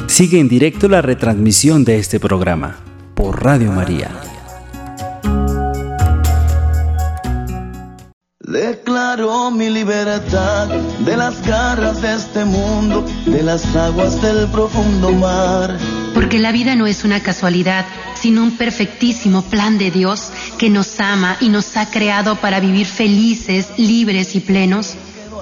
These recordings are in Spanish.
Sigue en directo la retransmisión de este programa por Radio María. Declaro mi libertad de las garras de este mundo, de las aguas del profundo mar. Porque la vida no es una casualidad, sino un perfectísimo plan de Dios que nos ama y nos ha creado para vivir felices, libres y plenos.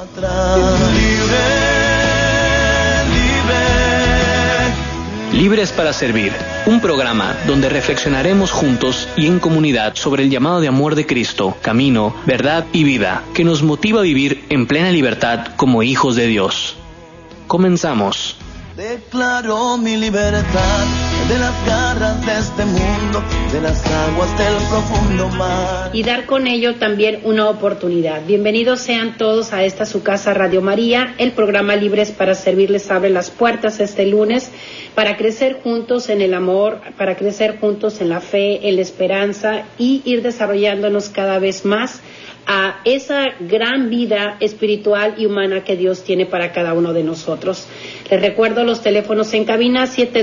Libres para servir, un programa donde reflexionaremos juntos y en comunidad sobre el llamado de amor de Cristo, camino, verdad y vida, que nos motiva a vivir en plena libertad como hijos de Dios. Comenzamos. Declaro mi libertad de las garras de este mundo, de las aguas del profundo mar. Y dar con ello también una oportunidad. Bienvenidos sean todos a esta su casa Radio María. El programa Libres para Servir les abre las puertas este lunes para crecer juntos en el amor, para crecer juntos en la fe, en la esperanza y ir desarrollándonos cada vez más a esa gran vida espiritual y humana que Dios tiene para cada uno de nosotros. Les recuerdo los teléfonos en cabina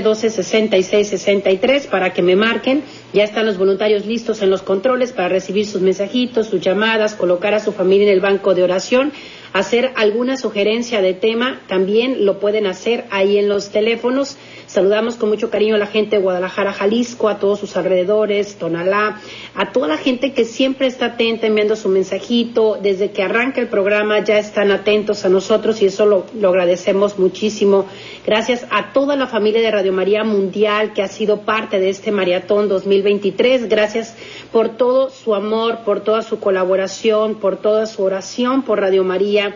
712-6663 para que me marquen. Ya están los voluntarios listos en los controles para recibir sus mensajitos, sus llamadas, colocar a su familia en el banco de oración, hacer alguna sugerencia de tema, también lo pueden hacer ahí en los teléfonos. Saludamos con mucho cariño a la gente de Guadalajara, Jalisco, a todos sus alrededores, Tonalá, a toda la gente que siempre está atenta enviando su mensajito. Desde que arranca el programa ya están atentos a nosotros y eso lo agradecemos muchísimo. Gracias a toda la familia de Radio María Mundial que ha sido parte de este Maratón 2023. Gracias por todo su amor, por toda su colaboración, por toda su oración por Radio María,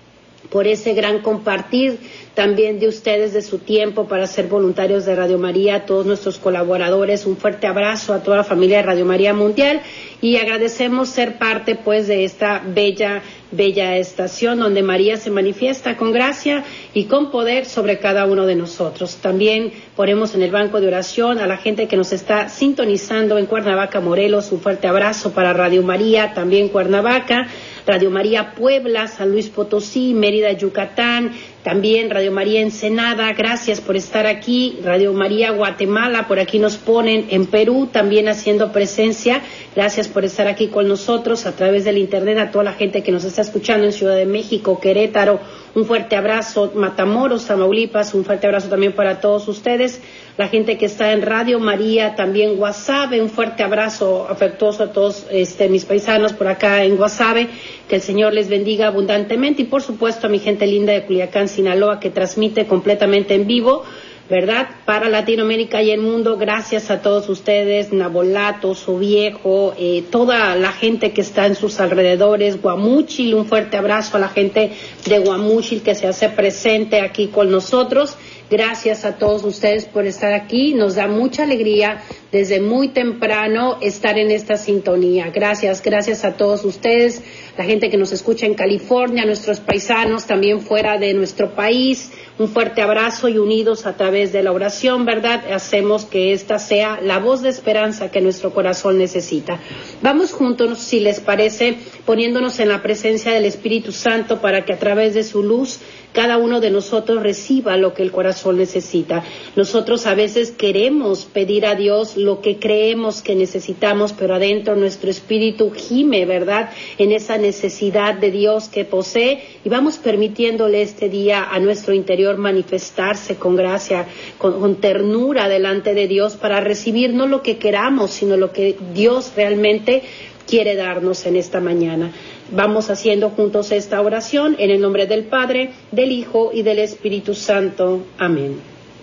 por ese gran compartir también de ustedes de su tiempo para ser voluntarios de Radio María, a todos nuestros colaboradores. Un fuerte abrazo a toda la familia de Radio María Mundial y agradecemos ser parte pues de esta bella estación donde María se manifiesta con gracia y con poder sobre cada uno de nosotros. También ponemos en el banco de oración a la gente que nos está sintonizando en Cuernavaca, Morelos. Un fuerte abrazo para Radio María, también Cuernavaca, Radio María Puebla, San Luis Potosí, Mérida, Yucatán, también Radio María Ensenada, gracias por estar aquí. Radio María Guatemala, por aquí nos ponen, en Perú también haciendo presencia, gracias por estar aquí con nosotros a través del internet, a toda la gente que nos está escuchando en Ciudad de México, Querétaro, un fuerte abrazo, Matamoros, Tamaulipas, un fuerte abrazo también para todos ustedes, la gente que está en Radio María, también Guasave, un fuerte abrazo afectuoso a todos mis paisanos por acá en Guasave, que el Señor les bendiga abundantemente y por supuesto a mi gente linda de Culiacán, Sinaloa, que transmite completamente en vivo, ¿verdad? Para Latinoamérica y el mundo, gracias a todos ustedes, Nabolato, Su Viejo, toda la gente que está en sus alrededores, Guamúchil, un fuerte abrazo a la gente de Guamúchil que se hace presente aquí con nosotros. Gracias a todos ustedes por estar aquí, nos da mucha alegría desde muy temprano estar en esta sintonía. Gracias a todos ustedes, la gente que nos escucha en California, nuestros paisanos también fuera de nuestro país, un fuerte abrazo y unidos a través de la oración, ¿verdad? Hacemos que esta sea la voz de esperanza que nuestro corazón necesita. Vamos juntos, si les parece, poniéndonos en la presencia del Espíritu Santo para que a través de su luz cada uno de nosotros reciba lo que el corazón necesita. Nosotros a veces queremos pedir a Dios lo que creemos que necesitamos, pero adentro nuestro espíritu gime, ¿verdad?, en esa necesidad de Dios que posee, y vamos permitiéndole este día a nuestro interior manifestarse con gracia, con ternura delante de Dios para recibir no lo que queramos, sino lo que Dios realmente quiere darnos en esta mañana. Vamos haciendo juntos esta oración en el nombre del Padre, del Hijo y del Espíritu Santo. Amén.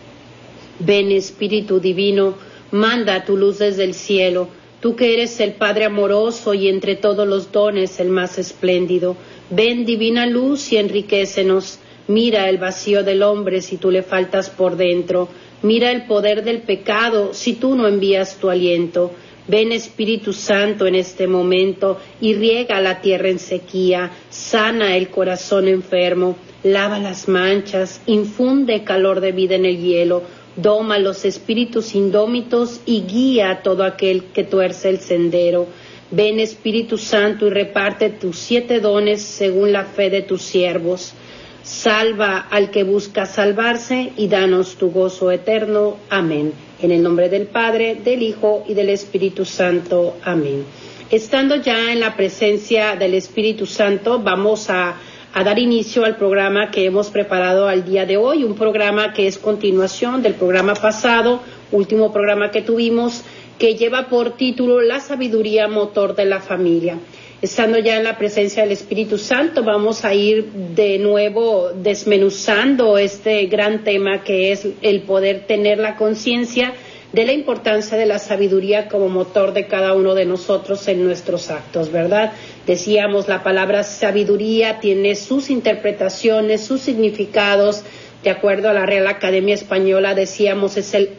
Ven, Espíritu Divino, manda tu luz desde el cielo, tú que eres el Padre amoroso y entre todos los dones el más espléndido. Ven, divina luz, y enriquécenos. Mira el vacío del hombre si tú le faltas por dentro. Mira el poder del pecado si tú no envías tu aliento. Ven, Espíritu Santo, en este momento y riega la tierra en sequía, sana el corazón enfermo, lava las manchas, infunde calor de vida en el hielo, doma los espíritus indómitos y guía a todo aquel que tuerce el sendero. Ven, Espíritu Santo, y reparte tus 7 dones según la fe de tus siervos. salva al que busca salvarse y danos tu gozo eterno. Amén. En el nombre del Padre, del Hijo y del Espíritu Santo. Amén. Estando ya en la presencia del Espíritu Santo, vamos a dar inicio al programa que hemos preparado al día de hoy, un programa que es continuación del programa pasado, último programa que tuvimos, que lleva por título La sabiduría motor de la familia. Estando ya en la presencia del Espíritu Santo, vamos a ir de nuevo desmenuzando este gran tema que es el poder tener la conciencia de la importancia de la sabiduría como motor de cada uno de nosotros en nuestros actos, ¿verdad? Decíamos, la palabra sabiduría tiene sus interpretaciones, sus significados. De acuerdo a la Real Academia Española, decíamos, es el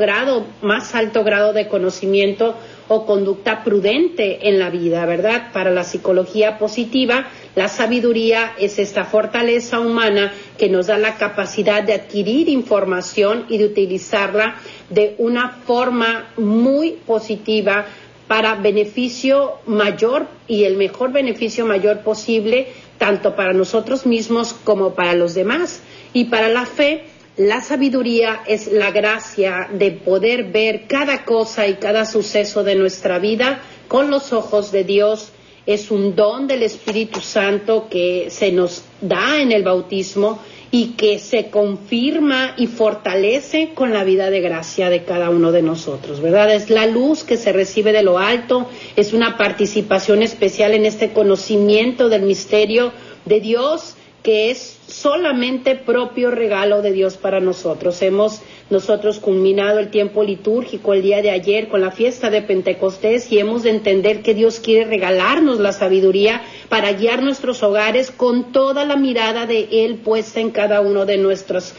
más alto grado de conocimiento o conducta prudente en la vida, ¿verdad? Para la psicología positiva, la sabiduría es esta fortaleza humana que nos da la capacidad de adquirir información y de utilizarla de una forma muy positiva para beneficio mayor y el mejor beneficio mayor posible, tanto para nosotros mismos como para los demás. Y para la fe, la sabiduría es la gracia de poder ver cada cosa y cada suceso de nuestra vida con los ojos de Dios. Es un don del Espíritu Santo que se nos da en el bautismo y que se confirma y fortalece con la vida de gracia de cada uno de nosotros, ¿verdad? Es la luz que se recibe de lo alto, es una participación especial en este conocimiento del misterio de Dios, que es solamente propio regalo de Dios para nosotros. Hemos nosotros culminado el tiempo litúrgico el día de ayer con la fiesta de Pentecostés y hemos de entender que Dios quiere regalarnos la sabiduría para guiar nuestros hogares con toda la mirada de Él puesta en cada uno de nuestras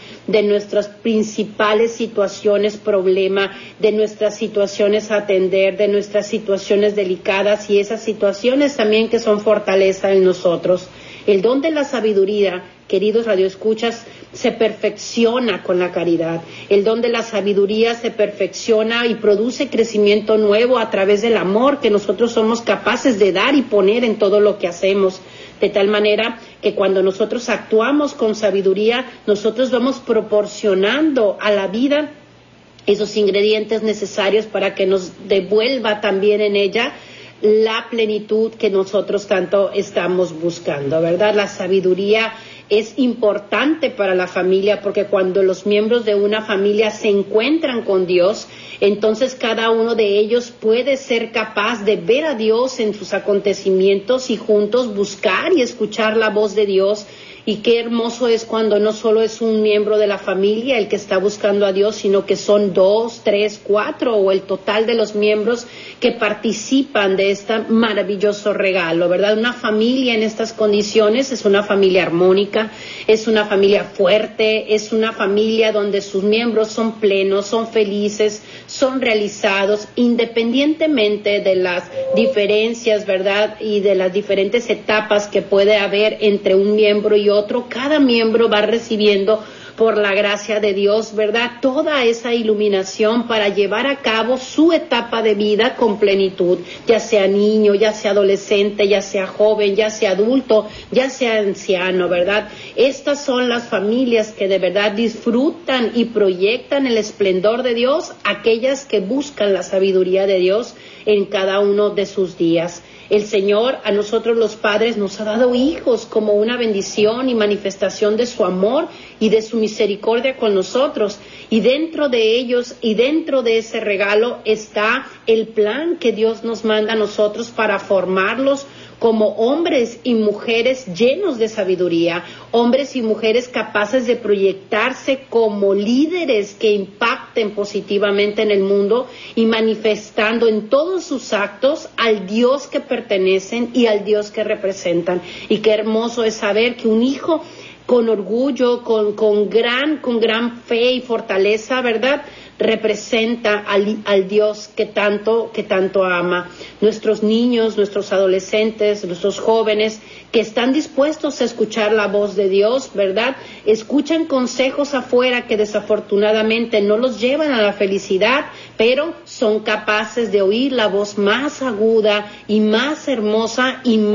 principales situaciones, problema, de nuestras situaciones a atender, de nuestras situaciones delicadas y esas situaciones también que son fortaleza en nosotros. El don de la sabiduría, queridos radioescuchas, se perfecciona con la caridad. El don de la sabiduría se perfecciona y produce crecimiento nuevo a través del amor que nosotros somos capaces de dar y poner en todo lo que hacemos. De tal manera que cuando nosotros actuamos con sabiduría, nosotros vamos proporcionando a la vida esos ingredientes necesarios para que nos devuelva también en ella la plenitud que nosotros tanto estamos buscando, ¿verdad? La sabiduría es importante para la familia porque cuando los miembros de una familia se encuentran con Dios, entonces cada uno de ellos puede ser capaz de ver a Dios en sus acontecimientos y juntos buscar y escuchar la voz de Dios. Y qué hermoso es cuando no solo es un miembro de la familia el que está buscando a Dios, sino que son 2, 3, 4 o el total de los miembros que participan de este maravilloso regalo, ¿verdad? Una familia en estas condiciones es una familia armónica, es una familia fuerte, es una familia donde sus miembros son plenos, son felices, son realizados, independientemente de las diferencias, ¿verdad? Y de las diferentes etapas que puede haber entre un miembro y otro. Cada miembro va recibiendo por la gracia de Dios, ¿verdad? Toda esa iluminación para llevar a cabo su etapa de vida con plenitud, ya sea niño, ya sea adolescente, ya sea joven, ya sea adulto, ya sea anciano, ¿verdad? Estas son las familias que de verdad disfrutan y proyectan el esplendor de Dios, aquellas que buscan la sabiduría de Dios en cada uno de sus días. El Señor a nosotros los padres nos ha dado hijos como una bendición y manifestación de su amor y de su misericordia con nosotros. Y dentro de ellos y dentro de ese regalo está el plan que Dios nos manda a nosotros para formarlos como hombres y mujeres llenos de sabiduría, hombres y mujeres capaces de proyectarse como líderes que impacten positivamente en el mundo y manifestando en todos sus actos al Dios que pertenecen y al Dios que representan. Y qué hermoso es saber que un hijo con orgullo, con gran fe y fortaleza, ¿verdad?, representa al Dios que tanto ama. Nuestros niños, nuestros adolescentes, nuestros jóvenes que están dispuestos a escuchar la voz de Dios, ¿verdad? Escuchan consejos afuera que desafortunadamente no los llevan a la felicidad, pero son capaces de oír la voz más aguda y más hermosa y más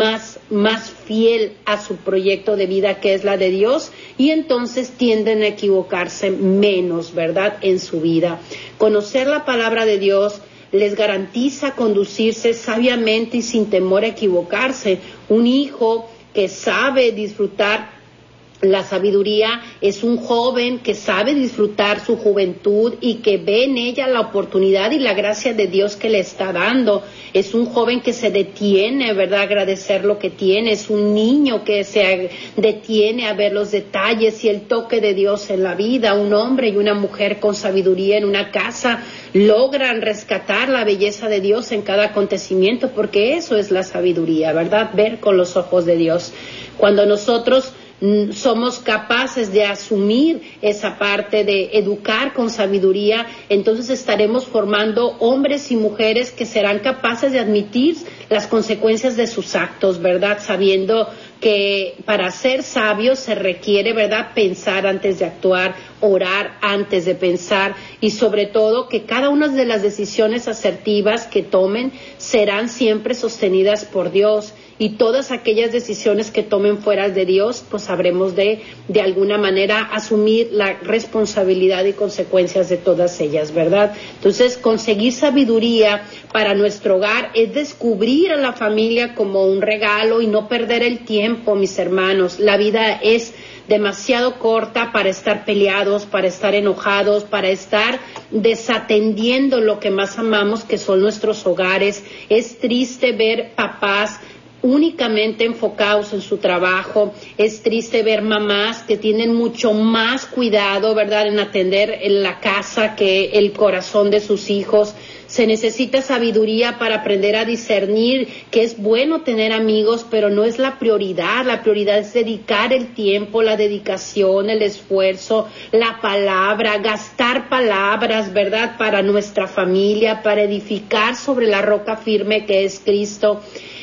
más fiel a su proyecto de vida, que es la de Dios, y entonces tienden a equivocarse menos, ¿verdad?, en su vida. Conocer la palabra de Dios les garantiza conducirse sabiamente y sin temor a equivocarse. Un hijo que sabe disfrutar la sabiduría es un joven que sabe disfrutar su juventud y que ve en ella la oportunidad y la gracia de Dios que le está dando. Es un joven que se detiene, ¿verdad?, a agradecer lo que tiene. Es un niño que se detiene a ver los detalles y el toque de Dios en la vida. Un hombre y una mujer con sabiduría en una casa logran rescatar la belleza de Dios en cada acontecimiento, porque eso es la sabiduría, ¿verdad?, ver con los ojos de Dios. Cuando nosotros somos capaces de asumir esa parte de educar con sabiduría, entonces estaremos formando hombres y mujeres que serán capaces de admitir las consecuencias de sus actos, ¿verdad?, sabiendo que para ser sabios se requiere, ¿verdad?, pensar antes de actuar, orar antes de pensar, y sobre todo que cada una de las decisiones asertivas que tomen serán siempre sostenidas por Dios. Y todas aquellas decisiones que tomen fuera de Dios, pues habremos de alguna manera asumir la responsabilidad y consecuencias de todas ellas, ¿verdad? Entonces, conseguir sabiduría para nuestro hogar es descubrir a la familia como un regalo y no perder el tiempo, mis hermanos. La vida es demasiado corta para estar peleados, para estar enojados, para estar desatendiendo lo que más amamos, que son nuestros hogares. Es triste ver papás únicamente enfocados en su trabajo. Es triste ver mamás que tienen mucho más cuidado, ¿verdad?, en atender en la casa que el corazón de sus hijos. Se necesita sabiduría para aprender a discernir que es bueno tener amigos, pero no es la prioridad. La prioridad es dedicar el tiempo, la dedicación, el esfuerzo, la palabra, gastar palabras, ¿verdad?, para nuestra familia, para edificar sobre la roca firme que es Cristo.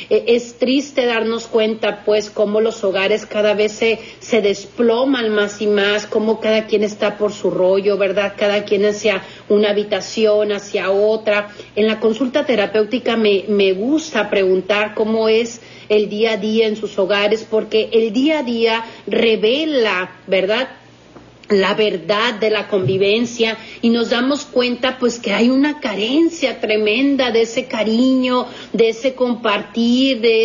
Es triste darnos cuenta, pues, cómo los hogares cada vez se desploman más y más, cómo cada quien está por su rollo, ¿verdad?, cada quien hacia una habitación, hacia otra. En la consulta terapéutica me gusta preguntar cómo es el día a día en sus hogares, porque el día a día revela, ¿verdad?, la verdad de la convivencia, y nos damos cuenta pues que hay una carencia tremenda de ese cariño, de ese compartir, de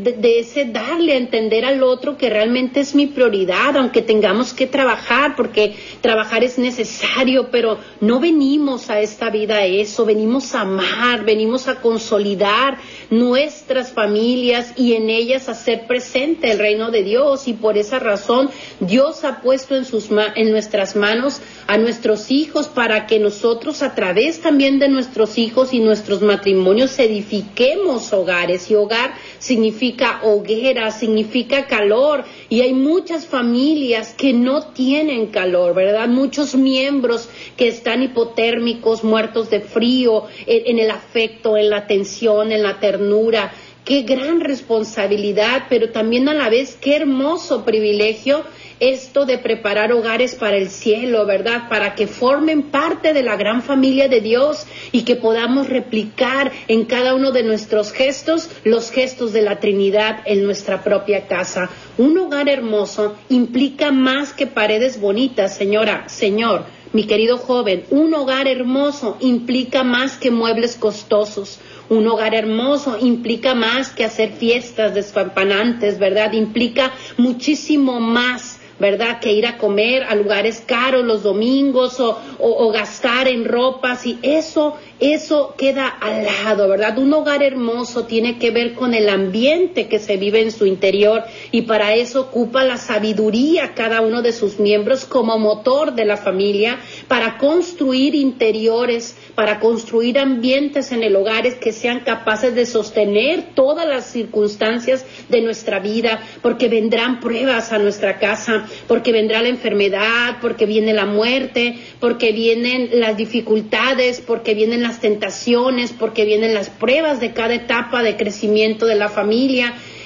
ese darle a entender al otro que realmente es mi prioridad, aunque tengamos que trabajar, porque trabajar es necesario, pero no venimos a esta vida a eso, venimos a amar, venimos a consolidar nuestras familias y en ellas hacer presente el reino de Dios, y por esa razón Dios ha puesto en nuestras manos a nuestros hijos para que nosotros a través también de nuestros hijos y nuestros matrimonios edifiquemos hogares. Y hogar significa hoguera, significa calor, y hay muchas familias que no tienen calor, ¿verdad? Muchos miembros que están hipotérmicos, muertos de frío, en el afecto, en la atención, en la ternura. Qué gran responsabilidad, pero también a la vez qué hermoso privilegio esto de preparar hogares para el cielo, ¿verdad?, para que formen parte de la gran familia de Dios y que podamos replicar en cada uno de nuestros gestos los gestos de la Trinidad en nuestra propia casa. Un hogar hermoso implica más que paredes bonitas, señora, señor. Mi querido joven, un hogar hermoso implica más que muebles costosos. Un hogar hermoso implica más que hacer fiestas despampanantes, ¿verdad? Implica muchísimo más, ¿verdad?, que ir a comer a lugares caros los domingos o gastar en ropas, y eso queda al lado, ¿verdad? Un hogar hermoso tiene que ver con el ambiente que se vive en su interior, y para eso ocupa la sabiduría cada uno de sus miembros como motor de la familia, para construir interiores, para construir ambientes en el hogar que sean capaces de sostener todas las circunstancias de nuestra vida, porque vendrán pruebas a nuestra casa, porque vendrá la enfermedad, porque viene la muerte, porque vienen las dificultades, porque vienen las tentaciones, porque vienen las pruebas de cada etapa de crecimiento de la familia.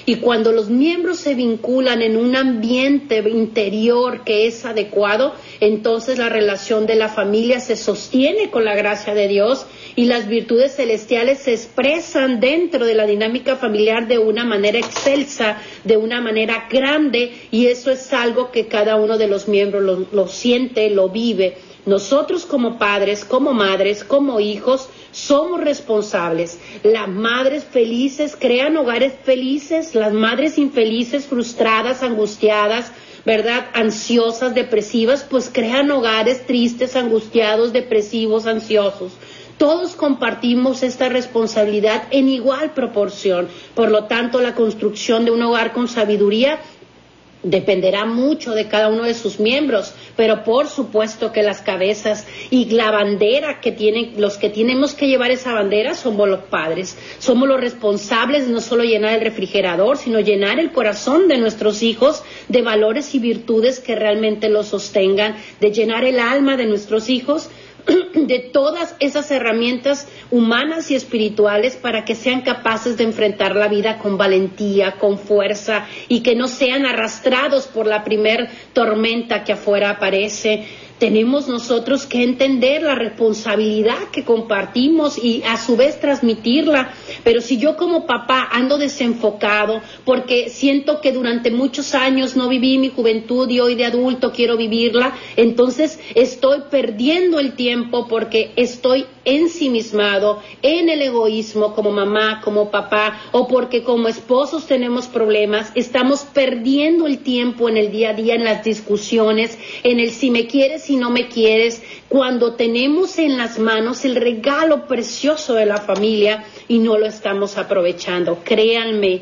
Y cuando los miembros se vinculan en un ambiente interior que es adecuado, entonces la relación de la familia se sostiene con la gracia de Dios y las virtudes celestiales se expresan dentro de la dinámica familiar de una manera excelsa, de una manera grande, y eso es algo que cada uno de los miembros lo siente, lo vive. Nosotros como padres, como madres, como hijos, somos responsables. Las madres felices crean hogares felices, las madres infelices, frustradas, angustiadas, ¿verdad?, ansiosas, depresivas, pues crean hogares tristes, angustiados, depresivos, ansiosos. Todos compartimos esta responsabilidad en igual proporción. Por lo tanto, la construcción de un hogar con sabiduría dependerá mucho de cada uno de sus miembros, pero por supuesto que las cabezas y la bandera que tienen, los que tenemos que llevar esa bandera somos los padres. Somos los responsables de no solo llenar el refrigerador, sino llenar el corazón de nuestros hijos de valores y virtudes que realmente los sostengan, de llenar el alma de nuestros hijos de todas esas herramientas humanas y espirituales para que sean capaces de enfrentar la vida con valentía, con fuerza, y que no sean arrastrados por la primer tormenta que afuera aparece. Tenemos nosotros que entender la responsabilidad que compartimos y a su vez transmitirla. Pero si yo como papá ando desenfocado porque siento que durante muchos años no viví mi juventud y hoy de adulto quiero vivirla, entonces estoy perdiendo el tiempo porque estoy ensimismado en el egoísmo como mamá, como papá, o porque como esposos tenemos problemas. Estamos perdiendo el tiempo en el día a día, en las discusiones, en el si me quieres, si no me quieres, cuando tenemos en las manos el regalo precioso de la familia y no lo estamos aprovechando. Créanme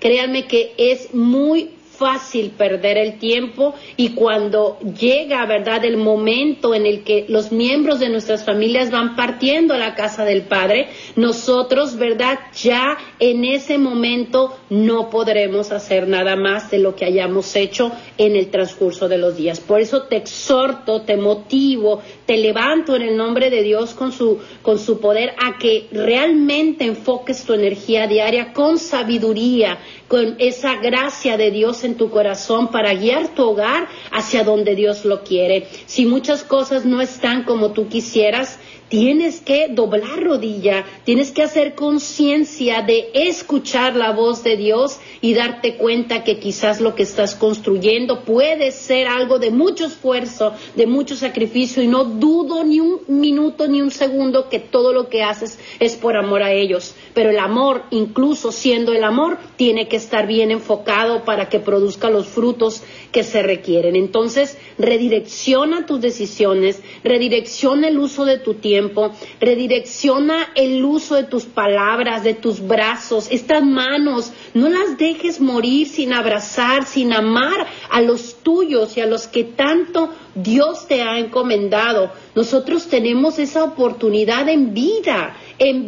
que es muy fácil perder el tiempo, y cuando llega, ¿verdad?, el momento en el que los miembros de nuestras familias van partiendo a la casa del Padre, nosotros, ¿verdad?, ya en ese momento no podremos hacer nada más de lo que hayamos hecho en el transcurso de los días. Por eso te exhorto, te motivo, te levanto en el nombre de Dios con su poder a que realmente enfoques tu energía diaria con sabiduría, con esa gracia de Dios en tu corazón para guiar tu hogar hacia donde Dios lo quiere. Si muchas cosas no están como tú quisieras, tienes que doblar rodilla, tienes que hacer conciencia de escuchar la voz de Dios y darte cuenta que quizás lo que estás construyendo puede ser algo de mucho esfuerzo, de mucho sacrificio, y no dudo ni un minuto ni un segundo que todo lo que haces es por amor a ellos. Pero el amor, incluso siendo el amor, tiene que estar bien enfocado para que produzca los frutos que se requieren. Entonces, redirecciona tus decisiones, redirecciona el uso de tu tiempo, redirecciona el uso de tus palabras, de tus brazos, estas manos. No las dejes morir sin abrazar, sin amar a los tuyos y a los que tanto Dios te ha encomendado. Nosotros tenemos esa oportunidad en vida.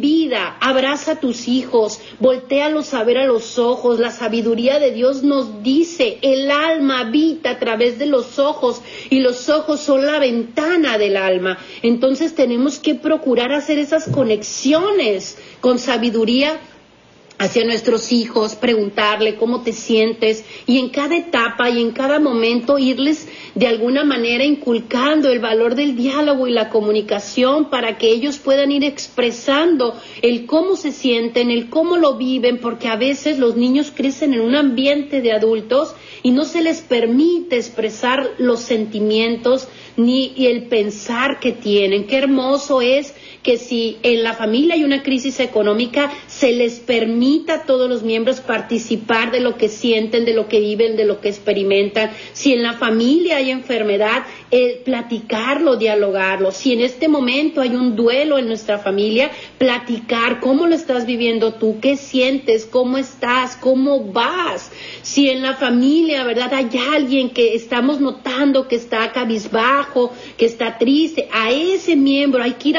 Abraza a tus hijos, voltéalos a ver a los ojos. La sabiduría de Dios nos dice, el alma habita a través de los ojos y los ojos son la ventana del alma. Entonces tenemos que procurar hacer esas conexiones con sabiduría hacia nuestros hijos, preguntarle cómo te sientes, y en cada etapa y en cada momento irles de alguna manera inculcando el valor del diálogo y la comunicación para que ellos puedan ir expresando el cómo se sienten, el cómo lo viven, porque a veces los niños crecen en un ambiente de adultos y no se les permite expresar los sentimientos ni el pensar que tienen. Qué hermoso es que si en la familia hay una crisis económica, se les permita a todos los miembros participar de lo que sienten, de lo que viven, de lo que experimentan. Si en la familia hay enfermedad, platicarlo, dialogarlo. Si en este momento hay un duelo en nuestra familia, platicar cómo lo estás viviendo tú, qué sientes, cómo estás, cómo vas. Si en la familia, ¿verdad?, hay alguien que estamos notando que está cabizbajo, que está triste, a ese miembro hay que ir a poner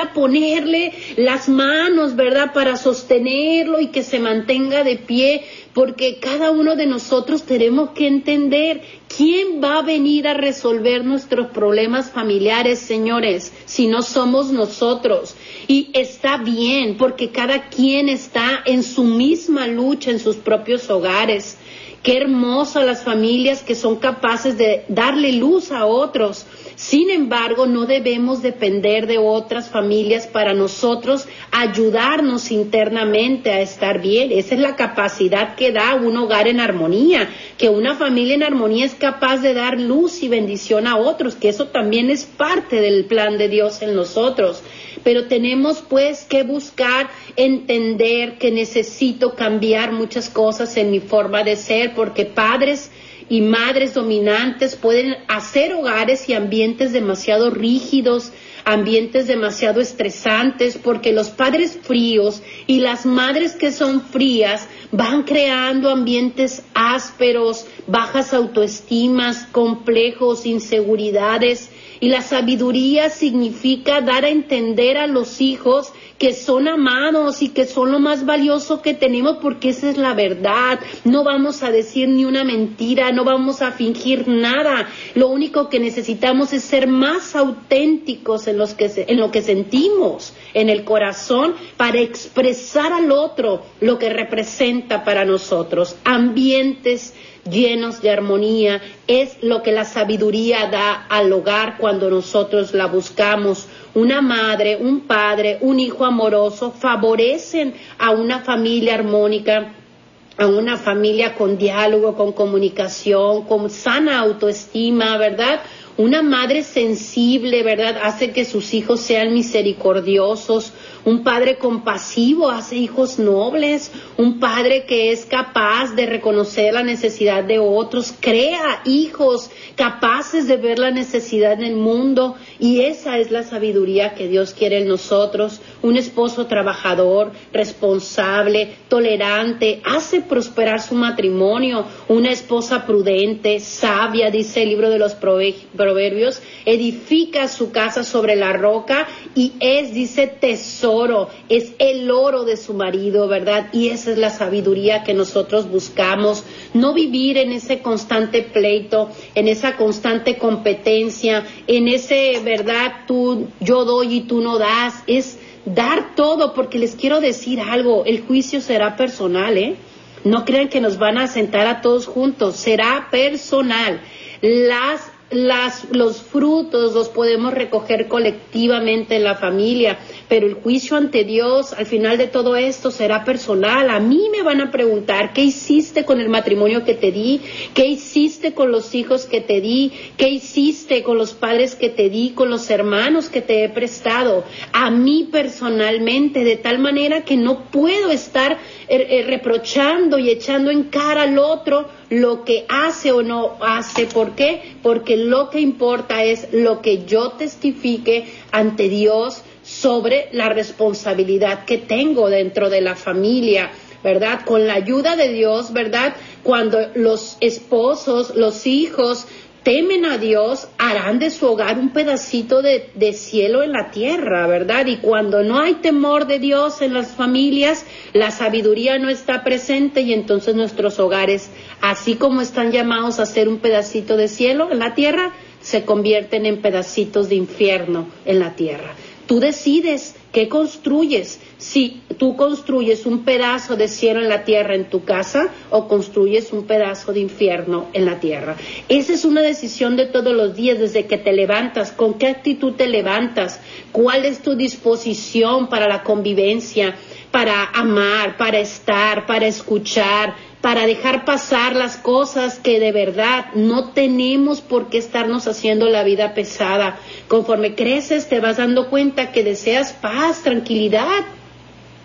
ponerle las manos, ¿verdad?, para sostenerlo y que se mantenga de pie, porque cada uno de nosotros tenemos que entender quién va a venir a resolver nuestros problemas familiares, señores, si no somos nosotros. Y está bien, porque cada quien está en su misma lucha en sus propios hogares. Qué hermosas las familias que son capaces de darle luz a otros. Sin embargo, no debemos depender de otras familias para nosotros ayudarnos internamente a estar bien. Esa es la capacidad que da un hogar en armonía, que una familia en armonía es capaz de dar luz y bendición a otros, que eso también es parte del plan de Dios en nosotros. Pero tenemos pues que buscar entender que necesito cambiar muchas cosas en mi forma de ser, porque padres y madres dominantes pueden hacer hogares y ambientes demasiado rígidos, ambientes demasiado estresantes, porque los padres fríos y las madres que son frías van creando ambientes ásperos, bajas autoestimas, complejos, inseguridades. Y la sabiduría significa dar a entender a los hijos que son amados y que son lo más valioso que tenemos, porque esa es la verdad. No vamos a decir ni una mentira, no vamos a fingir nada. Lo único que necesitamos es ser más auténticos en lo que sentimos en el corazón, para expresar al otro lo que representa para nosotros. Ambientes llenos de armonía es lo que la sabiduría da al hogar cuando nosotros la buscamos. Una madre, un padre, un hijo amoroso favorecen a una familia armónica, a una familia con diálogo, con comunicación, con sana autoestima, ¿verdad? Una madre sensible, ¿verdad?, hace que sus hijos sean misericordiosos. Un padre compasivo hace hijos nobles. Un padre que es capaz de reconocer la necesidad de otros crea hijos capaces de ver la necesidad del mundo. Y esa es la sabiduría que Dios quiere en nosotros. Un esposo trabajador, responsable, tolerante, hace prosperar su matrimonio. Una esposa prudente, sabia, dice el libro de los Proverbios, edifica su casa sobre la roca y es, dice, tesoro, es el oro de su marido, ¿verdad? Y esa es la sabiduría que nosotros buscamos. No vivir en ese constante pleito, en esa constante competencia, en ese, ¿verdad?, yo doy y tú no das. Es dar todo, porque les quiero decir algo, el juicio será personal, ¿eh? No crean que nos van a sentar a todos juntos, será personal. Los frutos los podemos recoger colectivamente en la familia, pero el juicio ante Dios al final de todo esto será personal. A mí me van a preguntar, ¿qué hiciste con el matrimonio que te di? ¿Qué hiciste con los hijos que te di? ¿Qué hiciste con los padres que te di? ¿Con los hermanos que te he prestado? A mí personalmente, de tal manera que no puedo estar reprochando y echando en cara al otro lo que hace o no hace. ¿Por qué? Porque lo que importa es lo que yo testifique ante Dios sobre la responsabilidad que tengo dentro de la familia, ¿verdad? Con la ayuda de Dios, ¿verdad? Cuando los esposos, los hijos temen a Dios, harán de su hogar un pedacito de cielo en la tierra, ¿verdad? Y cuando no hay temor de Dios en las familias, la sabiduría no está presente, y entonces nuestros hogares, así como están llamados a ser un pedacito de cielo en la tierra, se convierten en pedacitos de infierno en la tierra. Tú decides qué construyes, si tú construyes un pedazo de cielo en la tierra en tu casa o construyes un pedazo de infierno en la tierra. Esa es una decisión de todos los días, desde que te levantas, con qué actitud te levantas, cuál es tu disposición para la convivencia, para amar, para estar, para escuchar, para dejar pasar las cosas que de verdad no tenemos por qué estarnos haciendo la vida pesada. Conforme creces te vas dando cuenta que deseas paz, tranquilidad,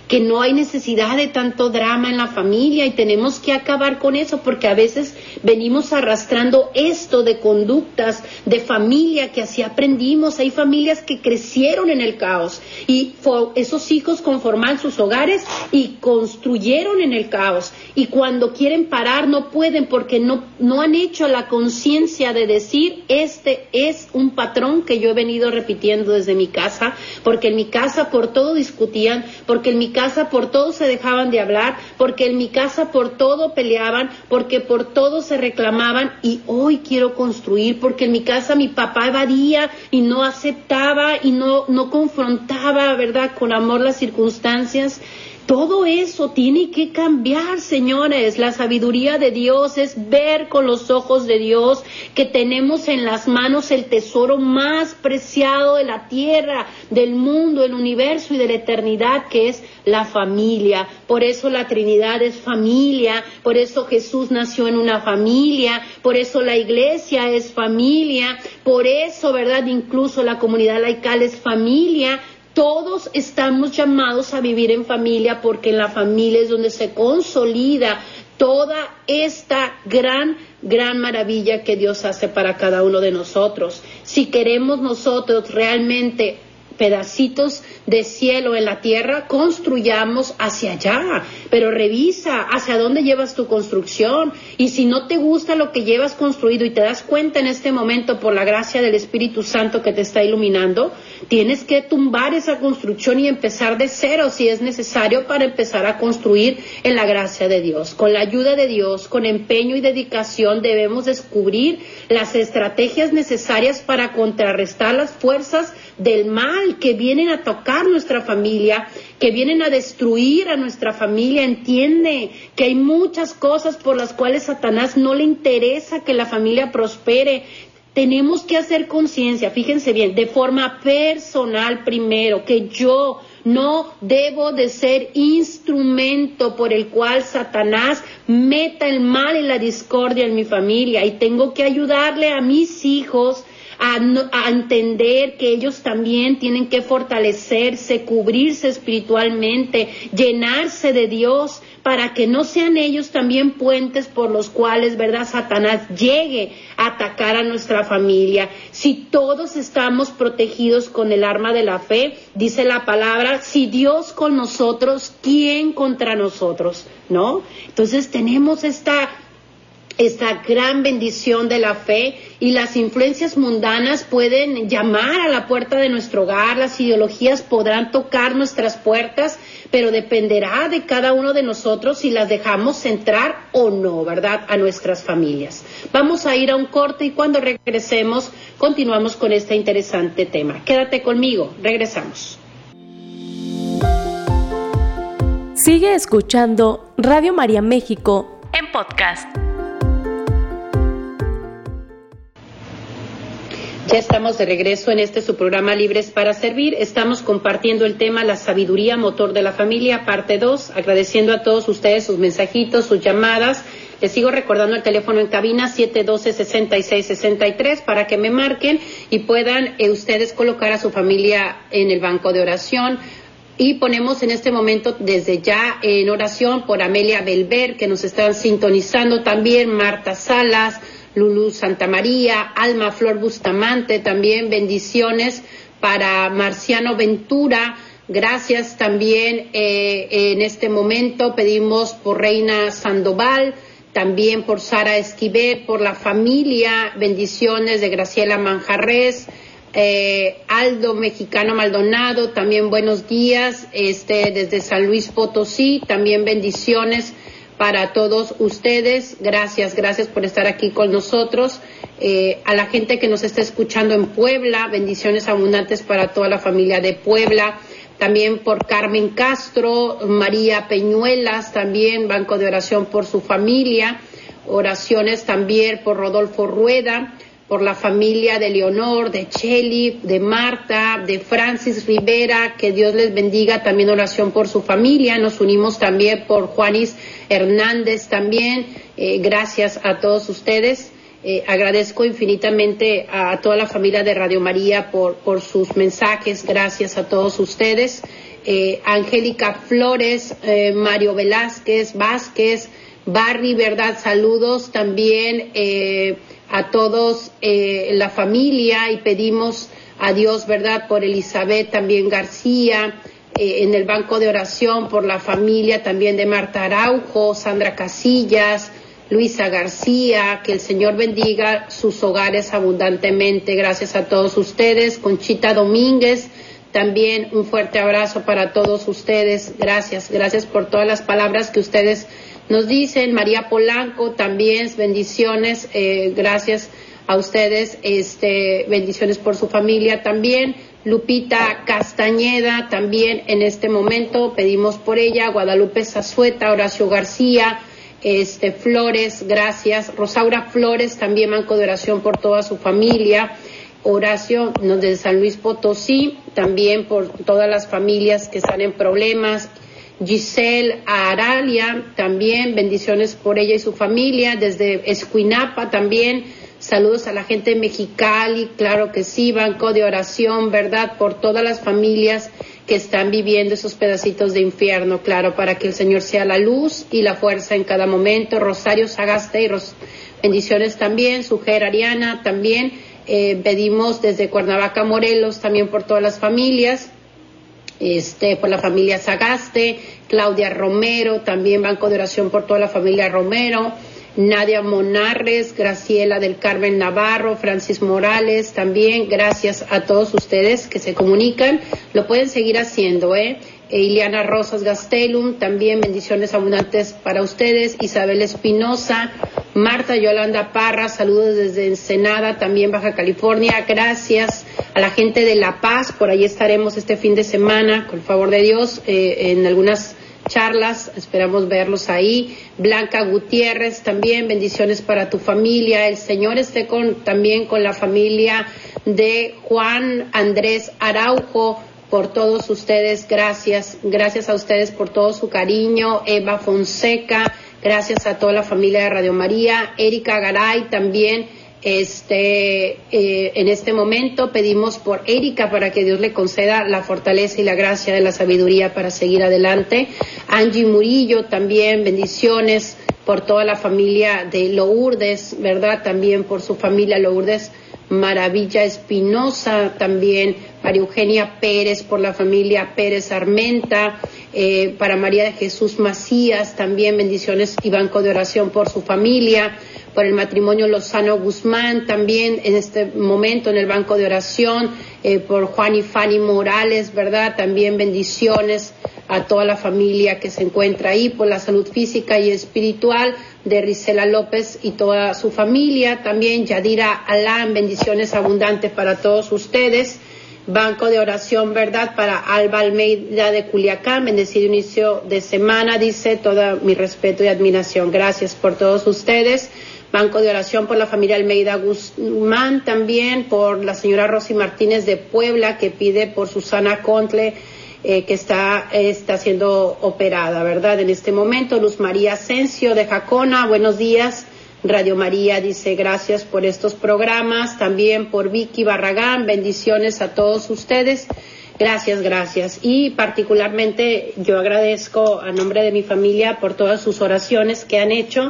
que no hay necesidad de tanto drama en la familia y tenemos que acabar con eso, porque a veces venimos arrastrando esto de conductas de familia que así aprendimos. Hay familias que crecieron en el caos y esos hijos conforman sus hogares y construyeron en el caos, y cuando quieren parar no pueden porque no han hecho la conciencia de decir: este es un patrón que yo he venido repitiendo desde mi casa, porque en mi casa por todo discutían, porque en mi casa por todo se dejaban de hablar, porque en mi casa por todo peleaban, porque por todo se reclamaban, y hoy quiero construir porque en mi casa mi papá evadía y no aceptaba y no confrontaba, ¿verdad?, con amor las circunstancias. Todo eso tiene que cambiar, señores. La sabiduría de Dios es ver con los ojos de Dios que tenemos en las manos el tesoro más preciado de la tierra, del mundo, el universo y de la eternidad, que es la familia. Por eso la Trinidad es familia, por eso Jesús nació en una familia, por eso la iglesia es familia, por eso, ¿verdad?, incluso la comunidad laical es familia. Todos estamos llamados a vivir en familia, porque en la familia es donde se consolida toda esta gran maravilla que Dios hace para cada uno de nosotros. Si queremos nosotros realmente pedacitos de cielo en la tierra, construyamos hacia allá, pero revisa hacia dónde llevas tu construcción, y si no te gusta lo que llevas construido y te das cuenta en este momento por la gracia del Espíritu Santo que te está iluminando, tienes que tumbar esa construcción y empezar de cero si es necesario, para empezar a construir en la gracia de Dios. Con la ayuda de Dios, con empeño y dedicación, debemos descubrir las estrategias necesarias para contrarrestar las fuerzas del mal que vienen a tocar nuestra familia, que vienen a destruir a nuestra familia. Entiende que hay muchas cosas por las cuales Satanás no le interesa que la familia prospere. Tenemos que hacer conciencia, fíjense bien, de forma personal primero, que yo no debo de ser instrumento por el cual Satanás meta el mal y la discordia en mi familia, y tengo que ayudarle a mis hijos a entender que ellos también tienen que fortalecerse, cubrirse espiritualmente, llenarse de Dios, para que no sean ellos también puentes por los cuales, ¿verdad?, Satanás llegue a atacar a nuestra familia. Si todos estamos protegidos con el arma de la fe, dice la palabra, si Dios con nosotros, ¿quién contra nosotros? ¿No? Entonces tenemos esta gran bendición de la fe, y las influencias mundanas pueden llamar a la puerta de nuestro hogar, las ideologías podrán tocar nuestras puertas, pero dependerá de cada uno de nosotros si las dejamos entrar o no, ¿verdad?, a nuestras familias. Vamos a ir a un corte y cuando regresemos continuamos con este interesante tema. Quédate conmigo, regresamos. Sigue escuchando Radio María México en podcast. Ya estamos de regreso en su programa Libres para Servir. Estamos compartiendo el tema La sabiduría motor de la familia, parte 2, agradeciendo a todos ustedes sus mensajitos, sus llamadas. Les sigo recordando el teléfono en cabina 712-6663 para que me marquen y puedan ustedes colocar a su familia en el banco de oración. Y ponemos en este momento desde ya en oración por Amelia Belver, que nos están sintonizando también, Marta Salas, Lulú Santa María, Alma Flor Bustamante, también bendiciones para Marciano Ventura. Gracias también en este momento pedimos por Reina Sandoval, también por Sara Esquivel, por la familia, bendiciones de Graciela Manjarres, Aldo Mexicano Maldonado, también buenos días, desde San Luis Potosí, también bendiciones para todos ustedes. Gracias por estar aquí con nosotros. A la gente que nos está escuchando en Puebla, bendiciones abundantes para toda la familia de Puebla. También por Carmen Castro, María Peñuelas, también banco de oración por su familia. Oraciones también por Rodolfo Rueda, por la familia de Leonor, de Cheli, de Marta, de Francis Rivera, que Dios les bendiga, también oración por su familia. Nos unimos también por Juanis Hernández también, gracias a todos ustedes. Agradezco infinitamente a toda la familia de Radio María por sus mensajes, gracias a todos ustedes. Angélica Flores, Mario Vázquez, Barry, ¿verdad? Saludos también a todos la familia, y pedimos a Dios, ¿verdad? Por Elizabeth también García, en el banco de oración por la familia también de Marta Araujo, Sandra Casillas, Luisa García, que el Señor bendiga sus hogares abundantemente. Gracias a todos ustedes. Conchita Domínguez, también un fuerte abrazo para todos ustedes. Gracias por todas las palabras que ustedes nos dicen. María Polanco, también bendiciones, gracias a ustedes, bendiciones por su familia también. Lupita Castañeda, también en este momento pedimos por ella. Guadalupe Zazueta, Horacio García, Flores, gracias. Rosaura Flores, también banco de oración por toda su familia. Horacio, de San Luis Potosí, también por todas las familias que están en problemas. Giselle Aralia, también bendiciones por ella y su familia. Desde Escuinapa también, saludos a la gente de Mexicali, claro que sí, banco de oración, ¿verdad? Por todas las familias que están viviendo esos pedacitos de infierno, claro, para que el Señor sea la luz y la fuerza en cada momento. Rosario Sagaste, bendiciones también. Sujer Ariana, también pedimos desde Cuernavaca, Morelos, también por todas las familias, por la familia Sagaste. Claudia Romero, también banco de oración por toda la familia Romero. Nadia Monarres, Graciela del Carmen Navarro, Francis Morales, también gracias a todos ustedes que se comunican, lo pueden seguir haciendo, Ileana Rosas Gastelum, también bendiciones abundantes para ustedes. Isabel Espinosa, Marta Yolanda Parra, saludos desde Ensenada, también Baja California. Gracias a la gente de La Paz, por ahí estaremos este fin de semana, con el favor de Dios, en algunas charlas, esperamos verlos ahí. Blanca Gutiérrez, también bendiciones para tu familia. El Señor esté también con la familia de Juan Andrés Araujo, por todos ustedes, gracias a ustedes por todo su cariño. Eva Fonseca, gracias a toda la familia de Radio María. Erika Garay también, en este momento pedimos por Erika para que Dios le conceda la fortaleza y la gracia de la sabiduría para seguir adelante. Angie Murillo también, bendiciones por toda la familia de Lourdes, ¿verdad? También por su familia Lourdes Maravilla Espinosa, también María Eugenia Pérez por la familia Pérez Armenta, para María de Jesús Macías, también bendiciones y banco de oración por su familia. Por el matrimonio Lozano Guzmán, también en este momento en el banco de oración, por Juan y Fanny Morales, ¿verdad? También bendiciones a toda la familia que se encuentra ahí, por la salud física y espiritual de Risela López y toda su familia. También Yadira Alán, bendiciones abundantes para todos ustedes. Banco de oración, ¿verdad? Para Alba Almeida de Culiacán, bendecido inicio de semana, dice, todo mi respeto y admiración. Gracias por todos ustedes. Banco de oración por la familia Almeida Guzmán, también por la señora Rosy Martínez de Puebla, que pide por Susana Contle, que está siendo operada, ¿verdad? En este momento, Luz María Asensio de Jacona, buenos días. Radio María dice gracias por estos programas, también por Vicky Barragán, bendiciones a todos ustedes. Gracias. Y particularmente yo agradezco a nombre de mi familia por todas sus oraciones que han hecho,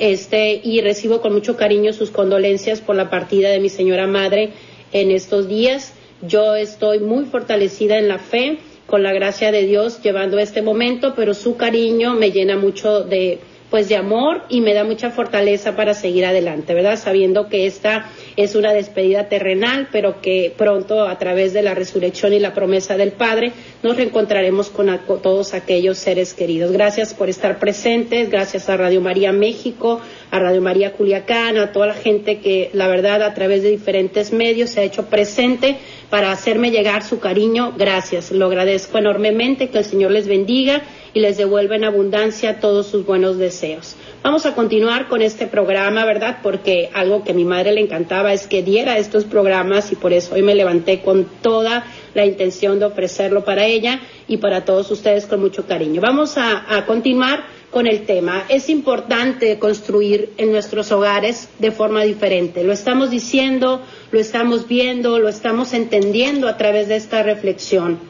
y recibo con mucho cariño sus condolencias por la partida de mi señora madre en estos días. Yo estoy muy fortalecida en la fe, con la gracia de Dios, llevando este momento, pero su cariño me llena mucho de amor y me da mucha fortaleza para seguir adelante, ¿verdad? Sabiendo que esta es una despedida terrenal, pero que pronto, a través de la resurrección y la promesa del Padre, nos reencontraremos con todos aquellos seres queridos. Gracias por estar presentes, gracias a Radio María México, a Radio María Culiacán, a toda la gente que, la verdad, a través de diferentes medios se ha hecho presente para hacerme llegar su cariño. Gracias, lo agradezco enormemente, que el Señor les bendiga y les devuelva en abundancia todos sus buenos deseos. Vamos a continuar con este programa, ¿verdad? Porque algo que a mi madre le encantaba es que diera estos programas, y por eso hoy me levanté con toda la intención de ofrecerlo para ella y para todos ustedes con mucho cariño. Vamos a continuar con el tema. Es importante construir en nuestros hogares de forma diferente. Lo estamos diciendo, lo estamos viendo, lo estamos entendiendo a través de esta reflexión.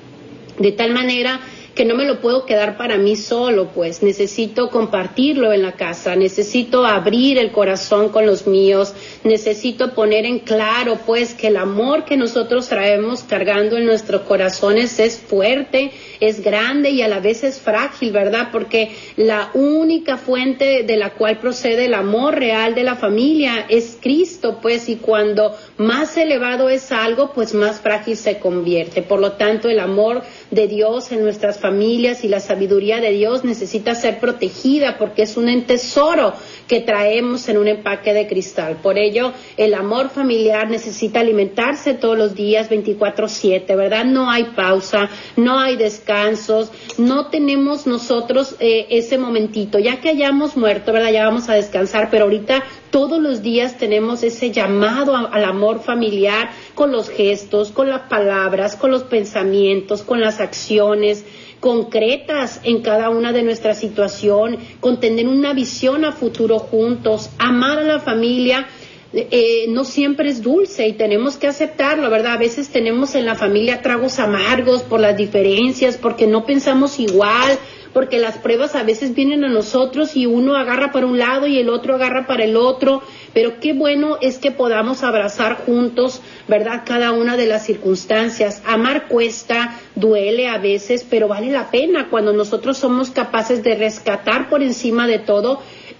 de tal manera que no me lo puedo quedar para mí solo, pues necesito compartirlo en la casa, necesito abrir el corazón con los míos, necesito poner en claro, pues, que el amor que nosotros traemos cargando en nuestros corazones es fuerte, es grande y a la vez es frágil, ¿verdad? Porque la única fuente de la cual procede el amor real de la familia es Cristo, pues, y cuando más elevado es algo, pues más frágil se convierte. Por lo tanto, el amor de Dios en nuestras familias y la sabiduría de Dios necesita ser protegida porque es un tesoro que traemos en un empaque de cristal. Por ello, el amor familiar necesita alimentarse todos los días, 24/7, ¿verdad? No hay pausa, no hay descansos, no tenemos nosotros ese momentito, ya que hayamos muerto, ¿verdad? Ya vamos a descansar, pero ahorita todos los días tenemos ese llamado al amor familiar con los gestos, con las palabras, con los pensamientos, con las acciones concretas en cada una de nuestras situaciones, con tener una visión a futuro juntos, amar a la familia. No siempre es dulce y tenemos que aceptarlo, ¿verdad? A veces tenemos en la familia tragos amargos por las diferencias, porque no pensamos igual, porque las pruebas a veces vienen a nosotros y uno agarra para un lado y el otro agarra para el otro, pero qué bueno es que podamos abrazar juntos, ¿verdad? Cada una de las circunstancias. Amar cuesta, duele a veces, pero vale la pena cuando nosotros somos capaces de rescatar por encima de todo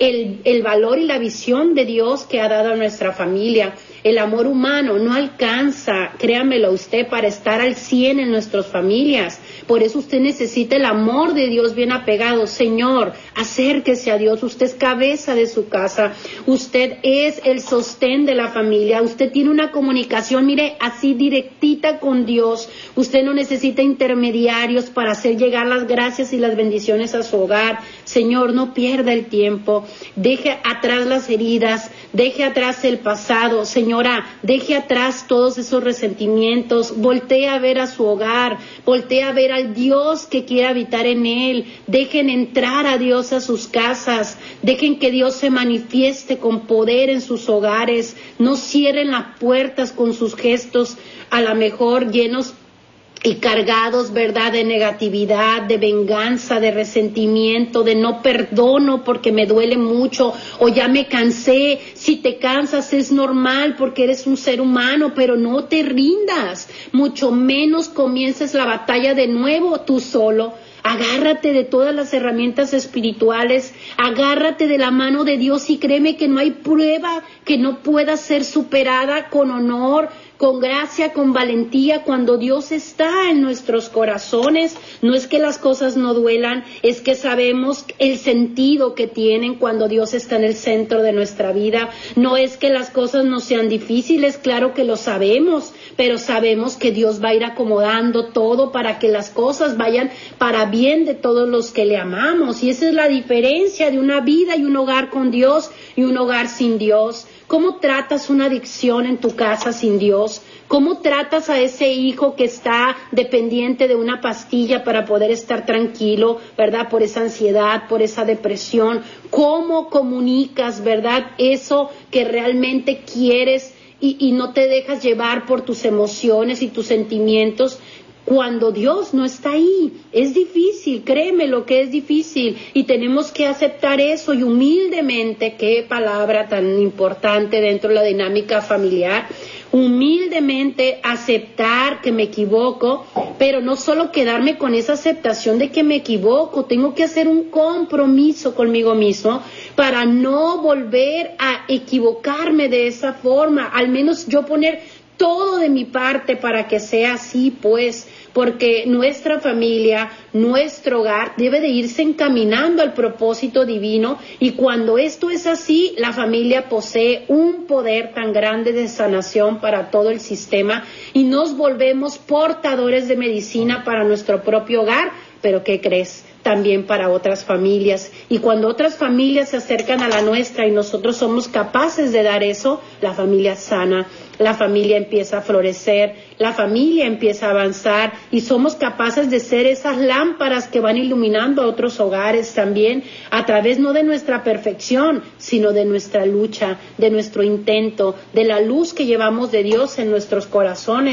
el valor y la visión de Dios que ha dado a nuestra familia. El amor humano no alcanza, créamelo usted, para estar al 100 en nuestras familias. Por eso usted necesita el amor de Dios bien apegado. Señor, acérquese a Dios. Usted es cabeza de su casa. Usted es el sostén de la familia. Usted tiene una comunicación, mire, así directita con Dios. Usted no necesita intermediarios para hacer llegar las gracias y las bendiciones a su hogar. Señor, no pierda el tiempo. Deje atrás las heridas. Deje atrás el pasado. Señora, deje atrás todos esos resentimientos. Voltee a ver a su hogar. Voltee a ver al Dios que quiere habitar en él. Dejen entrar a Dios a sus casas. Dejen que Dios se manifieste con poder en sus hogares. No cierren las puertas con sus gestos, a lo mejor llenos y cargados, ¿verdad?, de negatividad, de venganza, de resentimiento, de no perdono porque me duele mucho o ya me cansé. Si te cansas es normal porque eres un ser humano, pero no te rindas, mucho menos comiences la batalla de nuevo tú solo. Agárrate de todas las herramientas espirituales, agárrate de la mano de Dios y créeme que no hay prueba que no pueda ser superada con honor, con gracia, con valentía, cuando Dios está en nuestros corazones. No es que las cosas no duelan, es que sabemos el sentido que tienen cuando Dios está en el centro de nuestra vida. No es que las cosas no sean difíciles, claro que lo sabemos, pero sabemos que Dios va a ir acomodando todo para que las cosas vayan para bien de todos los que le amamos. Y esa es la diferencia de una vida y un hogar con Dios y un hogar sin Dios. ¿Cómo tratas una adicción en tu casa sin Dios? ¿Cómo tratas a ese hijo que está dependiente de una pastilla para poder estar tranquilo, ¿verdad? Por esa ansiedad, por esa depresión. ¿Cómo comunicas, verdad, eso que realmente quieres y no te dejas llevar por tus emociones y tus sentimientos? Cuando Dios no está ahí, es difícil, créeme lo que es difícil, y tenemos que aceptar eso y humildemente, qué palabra tan importante dentro de la dinámica familiar, humildemente aceptar que me equivoco, pero no solo quedarme con esa aceptación de que me equivoco, tengo que hacer un compromiso conmigo mismo para no volver a equivocarme de esa forma, al menos yo poner todo de mi parte para que sea así, pues, porque nuestra familia, nuestro hogar debe de irse encaminando al propósito divino, y cuando esto es así, la familia posee un poder tan grande de sanación para todo el sistema y nos volvemos portadores de medicina para nuestro propio hogar. Pero ¿qué crees? También para otras familias. Y cuando otras familias se acercan a la nuestra y nosotros somos capaces de dar eso, la familia sana, la familia empieza a florecer, la familia empieza a avanzar y somos capaces de ser esas lámparas que van iluminando a otros hogares también, a través no de nuestra perfección, sino de nuestra lucha, de nuestro intento, de la luz que llevamos de Dios en nuestros corazones.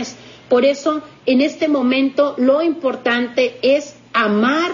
Por eso, en este momento, lo importante es amar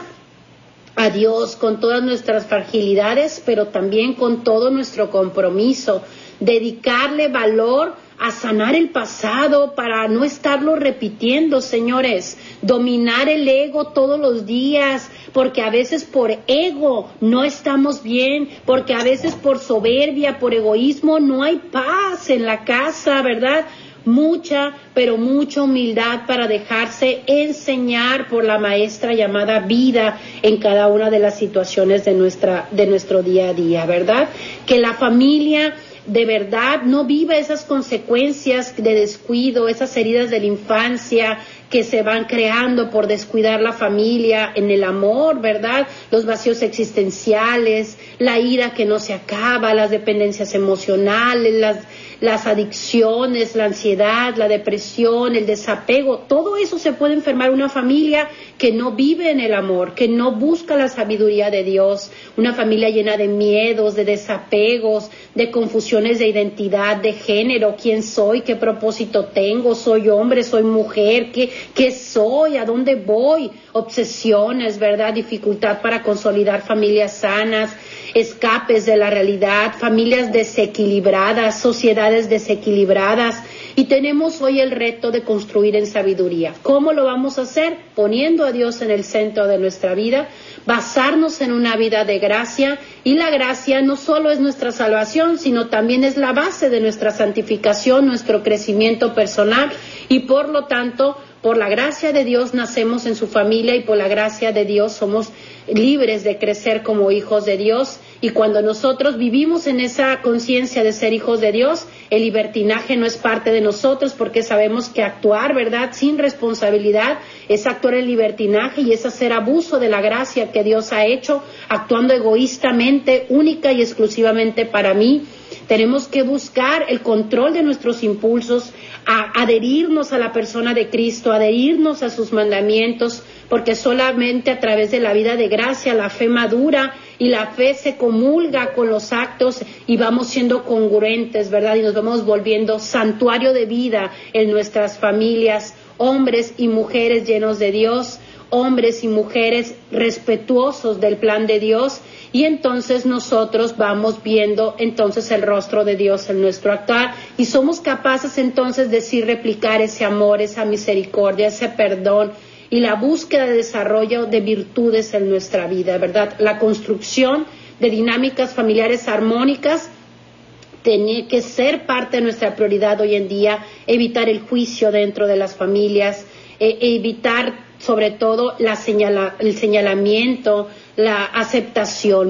a Dios con todas nuestras fragilidades, pero también con todo nuestro compromiso, dedicarle valor a sanar el pasado para no estarlo repitiendo, señores, dominar el ego todos los días, porque a veces por ego no estamos bien, porque a veces por soberbia, por egoísmo no hay paz en la casa, ¿verdad? Mucha, pero mucha humildad para dejarse enseñar por la maestra llamada vida en cada una de las situaciones de nuestro día a día, ¿verdad? Que la familia de verdad no viva esas consecuencias de descuido, esas heridas de la infancia que se van creando por descuidar la familia en el amor, ¿verdad? Los vacíos existenciales, la ira que no se acaba, las dependencias emocionales, las adicciones, la ansiedad, la depresión, el desapego, todo eso se puede enfermar una familia que no vive en el amor, que no busca la sabiduría de Dios, una familia llena de miedos, de desapegos, de confusiones de identidad, de género, quién soy, qué propósito tengo, soy hombre, soy mujer, qué soy, a dónde voy, obsesiones, ¿verdad? Dificultad para consolidar familias sanas, escapes de la realidad, familias desequilibradas, sociedades desequilibradas. Y tenemos hoy el reto de construir en sabiduría. ¿Cómo lo vamos a hacer? Poniendo a Dios en el centro de nuestra vida, basarnos en una vida de gracia, y la gracia no solo es nuestra salvación, sino también es la base de nuestra santificación, nuestro crecimiento personal, y por lo tanto, por la gracia de Dios nacemos en su familia, y por la gracia de Dios somos libres de crecer como hijos de Dios. Y cuando nosotros vivimos en esa conciencia de ser hijos de Dios, el libertinaje no es parte de nosotros, porque sabemos que actuar, ¿verdad?, sin responsabilidad es actuar en libertinaje y es hacer abuso de la gracia que Dios ha hecho, actuando egoístamente, única y exclusivamente para mí. Tenemos que buscar el control de nuestros impulsos, adherirnos a la persona de Cristo, adherirnos a sus mandamientos, porque solamente a través de la vida de gracia la fe madura y la fe se comulga con los actos y vamos siendo congruentes, ¿verdad? Y nos vamos volviendo santuario de vida en nuestras familias, hombres y mujeres llenos de Dios, hombres y mujeres respetuosos del plan de Dios, y entonces nosotros vamos viendo entonces el rostro de Dios en nuestro actuar y somos capaces entonces de sí replicar ese amor, esa misericordia, ese perdón y la búsqueda de desarrollo de virtudes en nuestra vida, ¿verdad? La construcción de dinámicas familiares armónicas tiene que ser parte de nuestra prioridad hoy en día, evitar el juicio dentro de las familias, evitar sobre todo el señalamiento, la aceptación,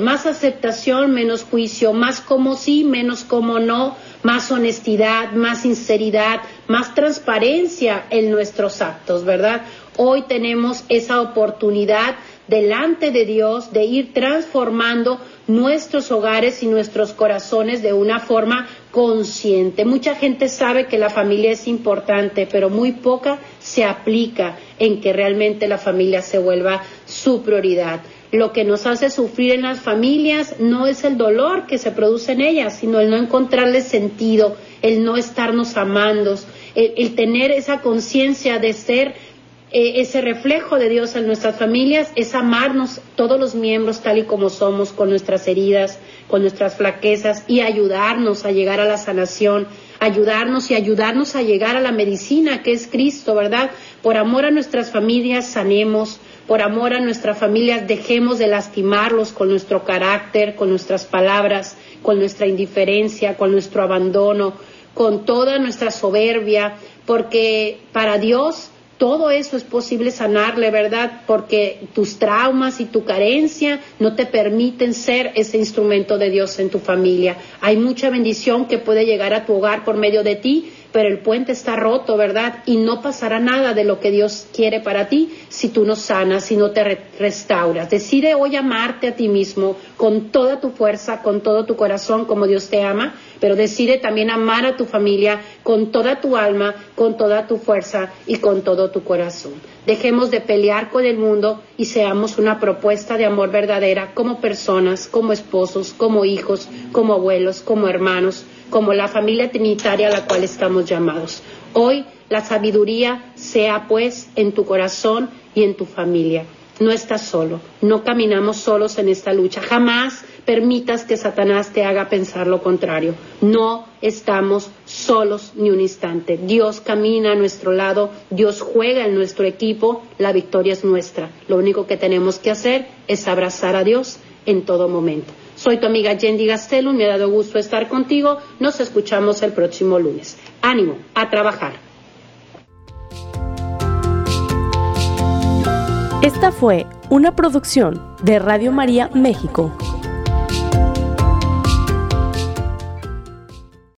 menos juicio, más como sí, menos como no, más honestidad, más sinceridad, más transparencia en nuestros actos, ¿verdad? Hoy tenemos esa oportunidad delante de Dios de ir transformando nuestros hogares y nuestros corazones de una forma consciente. Mucha gente sabe que la familia es importante, pero muy poca se aplica en que realmente la familia se vuelva su prioridad. Lo que nos hace sufrir en las familias no es el dolor que se produce en ellas, sino el no encontrarle sentido, el no estarnos amando, el tener esa conciencia de ser ese reflejo de Dios en nuestras familias, es amarnos todos los miembros tal y como somos, con nuestras heridas, con nuestras flaquezas, y ayudarnos a llegar a la sanación, ayudarnos a llegar a la medicina que es Cristo, ¿verdad? Por amor a nuestras familias sanemos, por amor a nuestras familias dejemos de lastimarlos con nuestro carácter, con nuestras palabras, con nuestra indiferencia, con nuestro abandono, con toda nuestra soberbia, porque para Dios todo eso es posible sanarle, ¿verdad? Porque tus traumas y tu carencia no te permiten ser ese instrumento de Dios en tu familia. Hay mucha bendición que puede llegar a tu hogar por medio de ti, pero el puente está roto, ¿verdad? Y no pasará nada de lo que Dios quiere para ti si tú no sanas, si no te restauras. Decide hoy amarte a ti mismo con toda tu fuerza, con todo tu corazón, como Dios te ama, pero decide también amar a tu familia con toda tu alma, con toda tu fuerza y con todo tu corazón. Dejemos de pelear con el mundo y seamos una propuesta de amor verdadera como personas, como esposos, como hijos, como abuelos, como hermanos, como la familia trinitaria a la cual estamos llamados. Hoy La sabiduría sea pues en tu corazón y en tu familia. No estás solo, no caminamos solos en esta lucha. Jamás permitas que Satanás te haga pensar lo contrario. No estamos solos ni un instante. Dios camina a nuestro lado, Dios juega en nuestro equipo, la victoria es nuestra. Lo único que tenemos que hacer es abrazar a Dios en todo momento. Soy tu amiga Yendi Gastelum, me ha dado gusto estar contigo. Nos escuchamos el próximo lunes. Ánimo, a trabajar. Esta fue una producción de Radio María México.